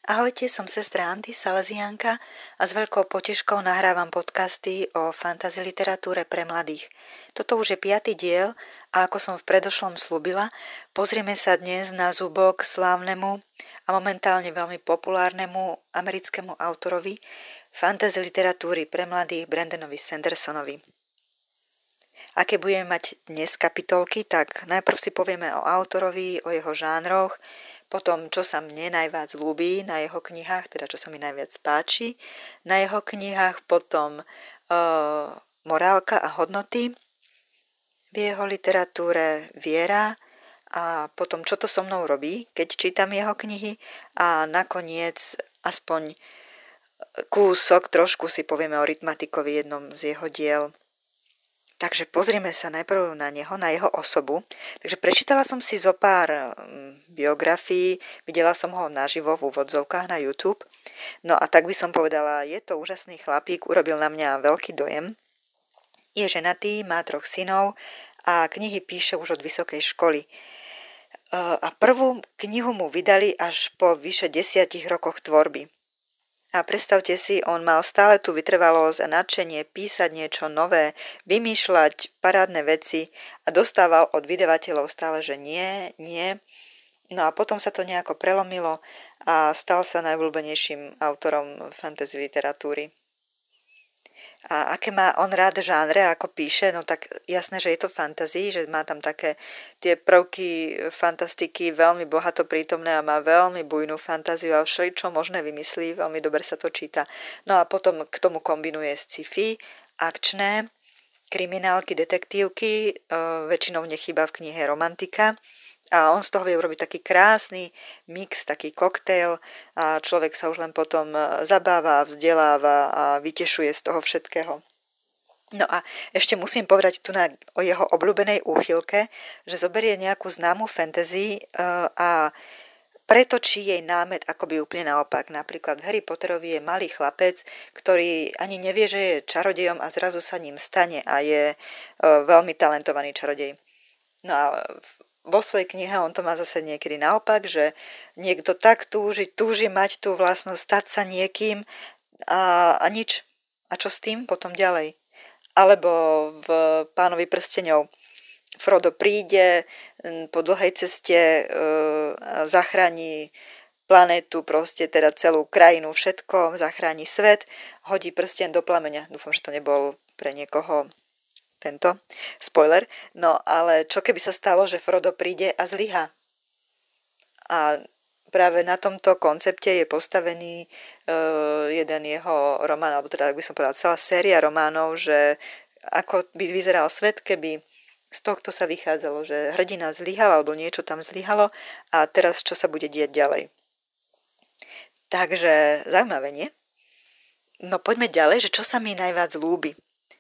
Ahojte, som sestra Anty Salesiánka a s veľkou poteškou nahrávam podcasty o fantasy literatúre pre mladých. Toto už je 5. diel a ako som v predošlom slúbila, pozrieme sa dnes na zúbok slávnemu a momentálne veľmi populárnemu americkému autorovi fantasy literatúry pre mladých Brandonovi Sandersonovi. Aké budeme mať dnes kapitolky, tak najprv si povieme o autorovi, o jeho žánroch, potom, čo sa mne najviac ľúbi na jeho knihách, teda čo sa mi najviac páči na jeho knihách, potom morálka a hodnoty v jeho literatúre, viera a potom, čo to so mnou robí, keď čítam jeho knihy a nakoniec aspoň kúsok, trošku si povieme o Rytmatikovi, jednom z jeho diel. Takže pozrieme sa najprv na neho, na jeho osobu. Takže prečítala som si zo pár biografií, videla som ho naživo v úvodzovkách na YouTube. No a tak by som povedala, je to úžasný chlapík, urobil na mňa veľký dojem. Je ženatý, má 3 synov a knihy píše už od vysokej školy. A prvú knihu mu vydali až po vyše 10 rokoch tvorby. A predstavte si, on mal stále tú vytrvalosť a nadšenie písať niečo nové, vymýšľať parádne veci a dostával od vydavateľov stále, že nie. No a potom sa to nejako prelomilo a stal sa najobľúbenejším autorom fantasy literatúry. A aké má on rád žánre, ako píše, no tak jasné, že je to fantasy, že má tam také tie prvky fantastiky veľmi bohato prítomné a má veľmi bujnú fantáziu a všeličo možné vymyslí, veľmi dobre sa to číta. No a potom k tomu kombinuje sci-fi, akčné, kriminálky, detektívky, väčšinou nechýba v knihe romantika. A on z toho vie urobiť taký krásny mix, taký koktail a človek sa už len potom zabáva, vzdeláva a vytešuje z toho všetkého. No a ešte musím povedať tu o jeho obľúbenej úchylke, že zoberie nejakú známu fantasy a pretočí jej námet akoby úplne naopak. Napríklad v Harry Potterovi je malý chlapec, ktorý ani nevie, že je čarodejom a zrazu sa ním stane a je veľmi talentovaný čarodej. No a vo svojej knihe on to má zase niekedy naopak, že niekto tak túži mať tú vlastnosť, stať sa niekým a nič. A čo s tým potom ďalej? Alebo v Pánovi prsteňov Frodo príde po dlhej ceste, zachráni planétu, proste teda celú krajinu, všetko, zachráni svet, hodí prsteň do plameňa. Dúfam, že to nebol pre niekoho tento spoiler, no ale čo keby sa stalo, že Frodo príde a zlyhá? A práve na tomto koncepte je postavený jeden jeho román, alebo teda, ak by som povedala, celá séria románov, že ako by vyzeral svet, keby z tohto sa vychádzalo, že hrdina zlyhal, alebo niečo tam zlyhalo a teraz čo sa bude diať ďalej. Takže zaujímavé, nie? No poďme ďalej, že čo sa mi najviac ľúbi.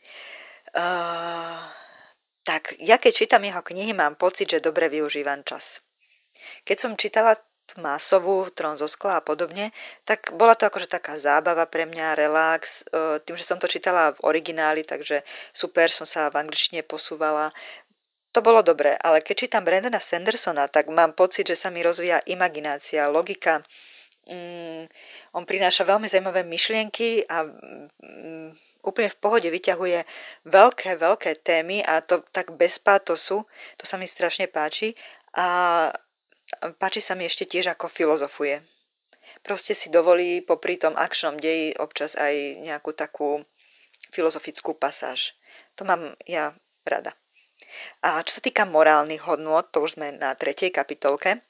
Tak ja keď čítam jeho knihy, mám pocit, že dobre využívam čas. Keď som čítala tú Másovú, Trón zo skla a podobne, tak bola to akože taká zábava pre mňa, relax, tým, že som to čítala v origináli, takže super, som sa v angličtine posúvala. To bolo dobré, ale keď čítam Brandona Sandersona, tak mám pocit, že sa mi rozvíja imaginácia, logika. On prináša veľmi zaujímavé myšlienky a úplne v pohode vyťahuje veľké témy a to tak bez pátosu, to sa mi strašne páči a páči sa mi ešte tiež ako filozofuje. Proste si dovolí popri tom akčnom deji občas aj nejakú takú filozofickú pasáž. To mám ja rada. A čo sa týka morálnych hodnôt, to už sme na 3. kapitolke,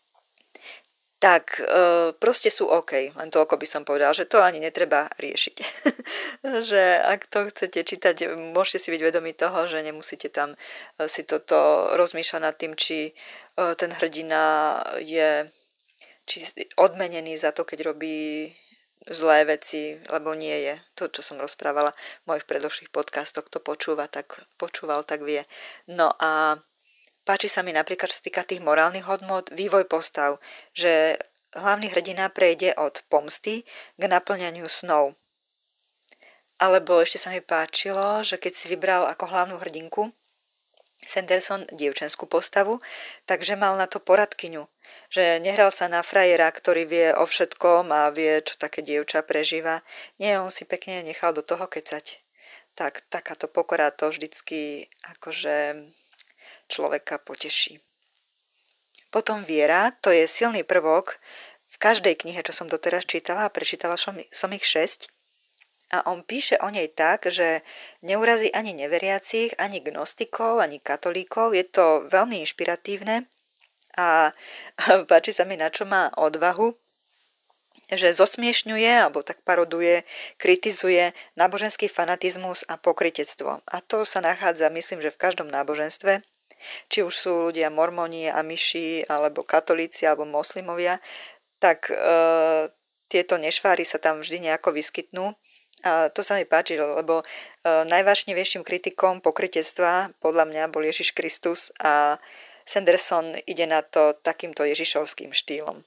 tak proste sú OK. Len toľko by som povedal, že to ani netreba riešiť. Že ak to chcete čítať, môžete si byť vedomí toho, že nemusíte tam si toto rozmýšľať nad tým, či ten hrdina je odmenený za to, keď robí zlé veci, lebo nie je. To, čo som rozprávala v mojich predošlých podcastoch, kto počúval, tak vie. No a páči sa mi napríklad, čo sa týka tých morálnych hodnôt, vývoj postav, že hlavný hrdina prejde od pomsty k naplňaniu snov. Alebo ešte sa mi páčilo, že keď si vybral ako hlavnú hrdinku Sanderson dievčenskú postavu, takže mal na to poradkyňu. Že nehral sa na frajera, ktorý vie o všetkom a vie, čo také dievča prežíva. Nie, on si pekne nechal do toho kecať. Tak takáto pokora to vždycky akože človeka poteší. Potom viera, to je silný prvok v každej knihe, čo som doteraz čítala, a prečítala som ich 6. A on píše o nej tak, že neurazí ani neveriacich, ani gnostikov, ani katolíkov. Je to veľmi inšpiratívne a páči sa mi, na čo má odvahu, že zosmiešňuje alebo tak paroduje, kritizuje náboženský fanatizmus a pokrytectvo. A to sa nachádza, myslím, že v každom náboženstve. Či už sú ľudia mormoni, amiši, alebo katolíci, alebo moslimovia, tak tieto nešváry sa tam vždy nejako vyskytnú. A to sa mi páči, lebo najvášnivejším kritikom pokrytectva podľa mňa bol Ježiš Kristus a Sanderson ide na to takýmto ježišovským štýlom.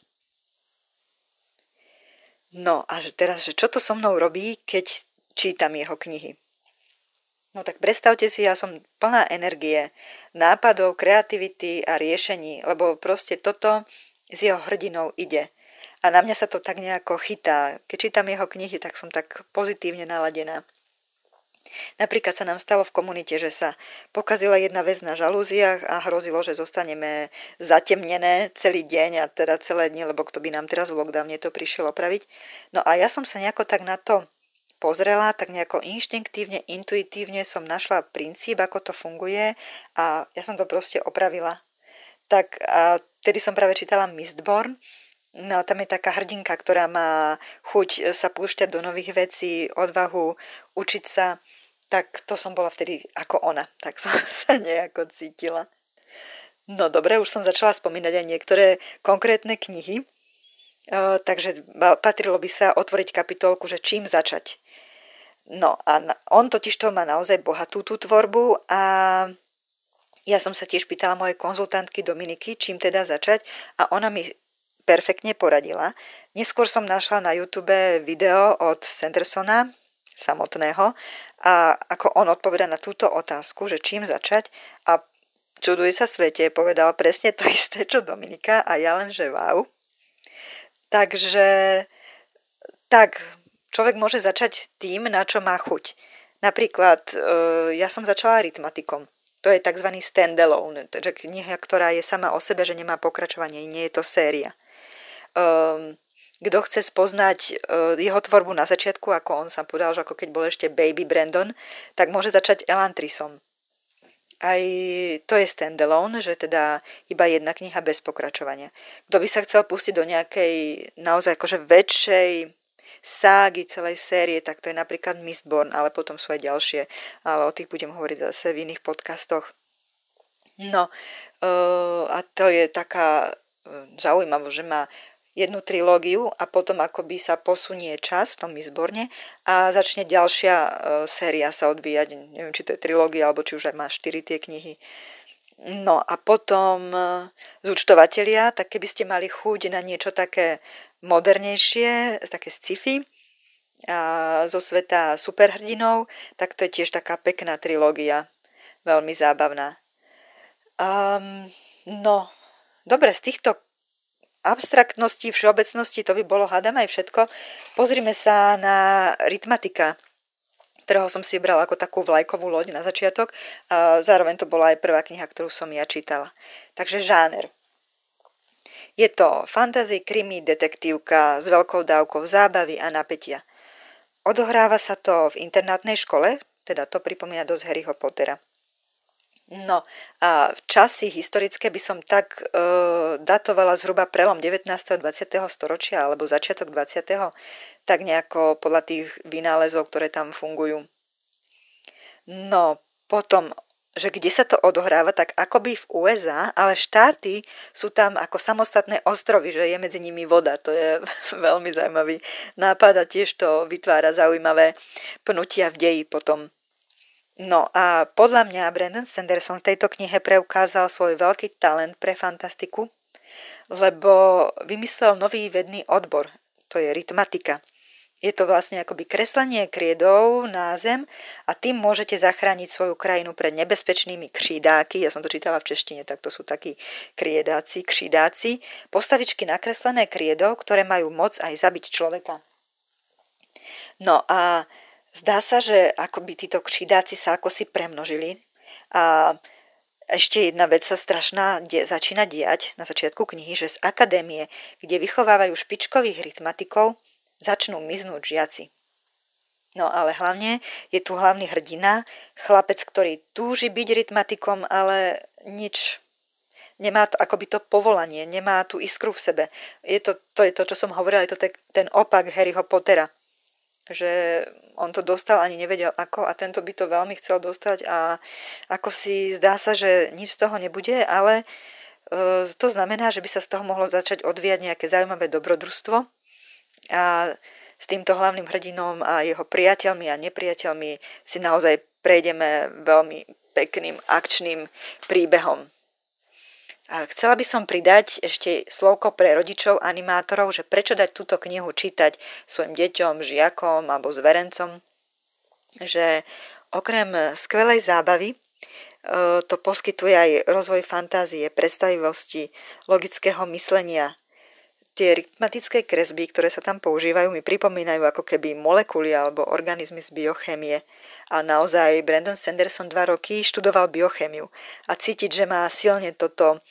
No a teraz, že čo to so mnou robí, keď čítam jeho knihy? No tak predstavte si, ja som plná energie, nápadov, kreativity a riešení, lebo proste toto z jeho hrdinou ide. A na mňa sa to tak nejako chytá. Keď čítam jeho knihy, tak som tak pozitívne naladená. Napríklad sa nám stalo v komunite, že sa pokazila jedna vec na žalúziách a hrozilo, že zostaneme zatemnené celý deň a teda celé dni, lebo kto by nám teraz v lockdowne to prišiel opraviť. No a ja som sa nejako tak na to pozrela, tak nejako inštinktívne, intuitívne som našla princíp, ako to funguje a ja som to proste opravila. Tak a tedy som práve čítala Mistborn. No tam je taká hrdinka, ktorá má chuť sa púšťať do nových vecí, odvahu, učiť sa. Tak to som bola vtedy ako ona. Tak som sa nejako cítila. No dobre, už som začala spomínať aj niektoré konkrétne knihy. Takže patrilo by sa otvoriť kapitolku, že čím začať. No a on totiž to má naozaj bohatú tú tvorbu a ja som sa tiež pýtala mojej konzultantky Dominiky, čím teda začať a ona mi perfektne poradila. Neskôr som našla na YouTube video od Sandersona samotného a ako on odpovedá na túto otázku, že čím začať a čuduje sa svete, povedala presne to isté, čo Dominika a ja len, že wow. Takže tak, človek môže začať tým, na čo má chuť. Napríklad ja som začala aritmatikom. To je tzv. Standalone, takže kniha, ktorá je sama o sebe, že nemá pokračovanie, nie je to séria. Kto chce spoznať jeho tvorbu na začiatku, ako on sa povedal, že ako keď bol ešte baby Brandon, tak môže začať Elantrisom. Aj to je standalone, že teda iba jedna kniha bez pokračovania. Kto by sa chcel pustiť do nejakej naozaj akože väčšej ságy celej série, tak to je napríklad Mistborn, ale potom sú aj ďalšie, ale o tých budem hovoriť zase v iných podcastoch. No a to je taká zaujímavé, že má jednu trilógiu a potom akoby sa posunie čas v tom Mistborne a začne ďalšia séria sa odvíjať. Neviem, či to je trilógia, alebo či už aj má 4 tie knihy. No a potom zúčtovatelia, tak keby ste mali chuť na niečo také modernejšie, také sci-fi a zo sveta superhrdinov, tak to je tiež taká pekná trilógia. Veľmi zábavná. No, dobre, z týchto abstraktnosti, všeobecnosti, to by bolo, hádam, aj všetko. Pozrime sa na Rytmatika, ktorého som si brala ako takú vlajkovú loď na začiatok. A zároveň to bola aj prvá kniha, ktorú som ja čítala. Takže žáner. Je to fantasy, krimi, detektívka s veľkou dávkou zábavy a napätia. Odohráva sa to v internátnej škole, teda to pripomína dosť Harryho Pottera. No a v časy historické by som tak datovala zhruba prelom 19. a 20. storočia alebo začiatok 20. tak nejako podľa tých vynálezov, ktoré tam fungujú. No potom, že kde sa to odohráva, tak akoby v USA, ale štáty sú tam ako samostatné ostrovy, že je medzi nimi voda. To je veľmi zaujímavý nápad a tiež to vytvára zaujímavé pnutia v deji potom. No a podľa mňa Brandon Sanderson v tejto knihe preukázal svoj veľký talent pre fantastiku, lebo vymyslel nový vedný odbor, to je rytmatika. Je to vlastne akoby kreslenie kriedov na zem a tým môžete zachrániť svoju krajinu pred nebezpečnými křídáky. Ja som to čítala v češtine, tak to sú takí křídáci. Postavičky nakreslené kriedov, ktoré majú moc aj zabiť človeka. No a zdá sa, že akoby títo křídáci sa akosi premnožili a ešte jedna vec sa strašná začína diať na začiatku knihy, že z akadémie, kde vychovávajú špičkových rytmatikov, začnú miznúť žiaci. No ale hlavne je tu hlavný hrdina, chlapec, ktorý túži byť rytmatikom, ale nič. Nemá to akoby to povolanie, nemá tú iskru v sebe. To je to, čo som hovorila, je to ten opak Harryho Pottera. Že on to dostal, ani nevedel ako a tento by to veľmi chcel dostať a ako si zdá sa, že nič z toho nebude, ale to znamená, že by sa z toho mohlo začať odvíjať nejaké zaujímavé dobrodružstvo. A s týmto hlavným hrdinom a jeho priateľmi a nepriateľmi si naozaj prejdeme veľmi pekným akčným príbehom. A chcela by som pridať ešte slovko pre rodičov, animátorov, že prečo dať túto knihu čítať svojim deťom, žiakom alebo zverencom, že okrem skvelej zábavy to poskytuje aj rozvoj fantázie, predstavivosti, logického myslenia. Tie rytmatické kresby, ktoré sa tam používajú, mi pripomínajú ako keby molekuly alebo organizmy z biochémie. A naozaj Brandon Sanderson 2 roky študoval biochémiu a cítiť, že má silne toto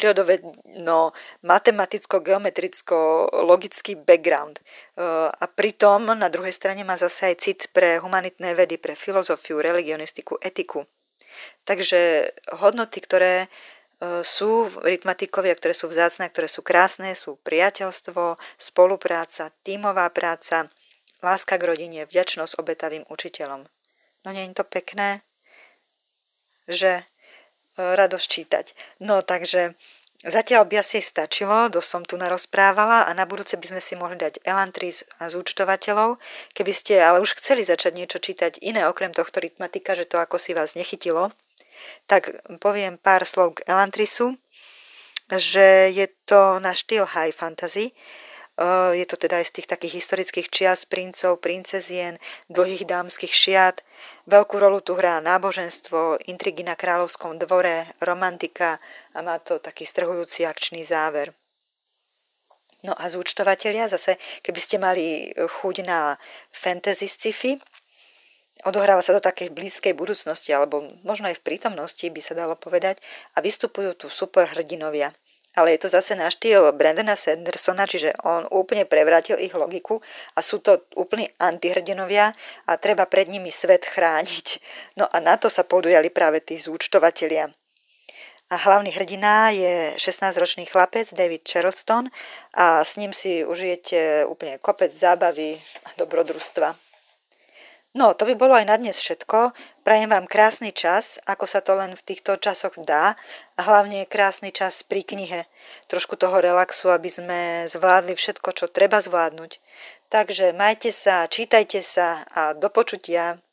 matematicko-geometricko-logický background. A pritom na druhej strane má zase aj cit pre humanitné vedy, pre filozofiu, religionistiku, etiku. Takže hodnoty, ktoré sú rytmatikovia, ktoré sú vzácne, ktoré sú krásne, sú priateľstvo, spolupráca, tímová práca, láska k rodine, vďačnosť obetavým učiteľom. No nie je to pekné, že radosť čítať. No takže zatiaľ by asi stačilo, dosť som tu narozprávala a na budúce by sme si mohli dať Elantris a zúčtovateľov. Keby ste ale už chceli začať niečo čítať iné okrem tohto rytmatika, že to ako si vás nechytilo, tak poviem pár slov k Elantrisu, že je to na štýl high fantasy. Je to teda aj z tých takých historických čias princov, princezien, dlhých dámskych šiat. Veľkú rolu tu hrá náboženstvo, intrigy na kráľovskom dvore, romantika a má to taký strhujúci akčný záver. No a zúčtovatelia, zase keby ste mali chuť na fantasy sci-fi, odohráva sa do takej blízkej budúcnosti, alebo možno aj v prítomnosti, by sa dalo povedať, a vystupujú tu super hrdinovia. Ale je to zase na štýl Brandona Sandersona, čiže on úplne prevrátil ich logiku a sú to úplní antihrdinovia a treba pred nimi svet chrániť. No a na to sa podujali práve tí zúčtovatelia. A hlavný hrdina je 16-ročný chlapec David Charleston a s ním si užijete úplne kopec zábavy a dobrodružstva. No, to by bolo aj na dnes všetko. Prajem vám krásny čas, ako sa to len v týchto časoch dá a hlavne krásny čas pri knihe. Trošku toho relaxu, aby sme zvládli všetko, čo treba zvládnuť. Takže majte sa, čítajte sa a do počutia.